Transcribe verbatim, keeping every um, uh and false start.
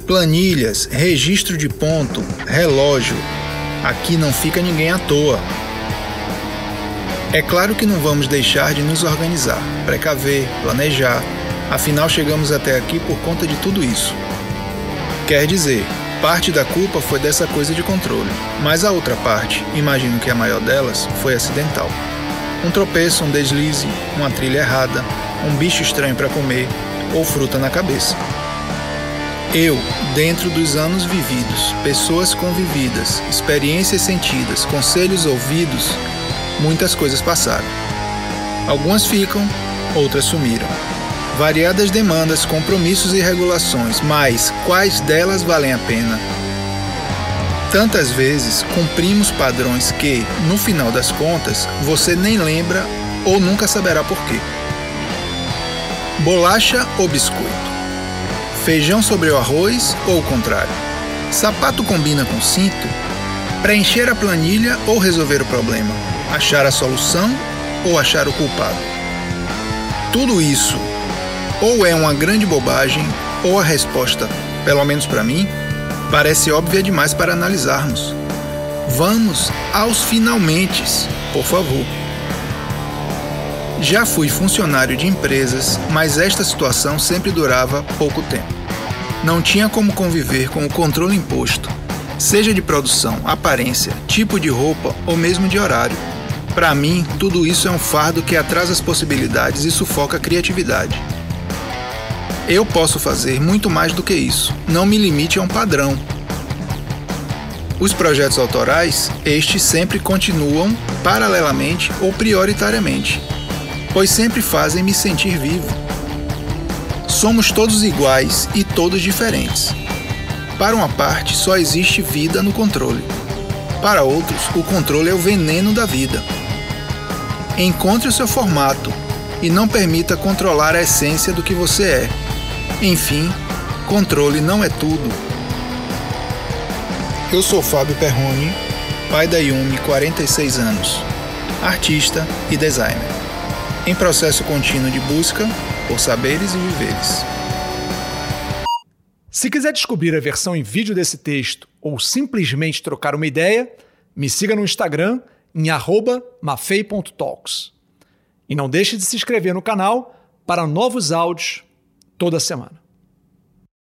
Planilhas, registro de ponto, relógio. Aqui não fica ninguém à toa. É claro que não vamos deixar de nos organizar, precaver, planejar. Afinal, chegamos até aqui por conta de tudo isso. Quer dizer, parte da culpa foi dessa coisa de controle, mas a outra parte, imagino que a maior delas, foi acidental. Um tropeço, um deslize, uma trilha errada, um bicho estranho para comer ou fruta na cabeça. Eu, dentro dos anos vividos, pessoas convividas, experiências sentidas, conselhos ouvidos, muitas coisas passaram. Algumas ficam, outras sumiram. Variadas demandas, compromissos e regulações, mas quais delas valem a pena? Tantas vezes cumprimos padrões que, no final das contas, você nem lembra ou nunca saberá por quê. Bolacha ou biscoito? Feijão sobre o arroz ou o contrário? Sapato combina com cinto? Preencher a planilha ou resolver o problema? Achar a solução ou achar o culpado? Tudo isso ou é uma grande bobagem, ou a resposta, pelo menos para mim, parece óbvia demais para analisarmos. Vamos aos finalmentes, por favor. Já fui funcionário de empresas, mas esta situação sempre durava pouco tempo. Não tinha como conviver com o controle imposto, seja de produção, aparência, tipo de roupa ou mesmo de horário. Para mim, tudo isso é um fardo que atrasa as possibilidades e sufoca a criatividade. Eu posso fazer muito mais do que isso. Não me limite a um padrão. Os projetos autorais, estes sempre continuam paralelamente ou prioritariamente, pois sempre fazem me sentir vivo. Somos todos iguais e todos diferentes. Para uma parte, só existe vida no controle. Para outros, o controle é o veneno da vida. Encontre o seu formato e não permita controlar a essência do que você é. Enfim, controle não é tudo. Eu sou Fábio Perrone, pai da Yumi, quarenta e seis anos, artista e designer, em processo contínuo de busca por saberes e viveres. Se quiser descobrir a versão em vídeo desse texto ou simplesmente trocar uma ideia, me siga no Instagram em arroba mafei ponto talks. E não deixe de se inscrever no canal para novos áudios toda semana.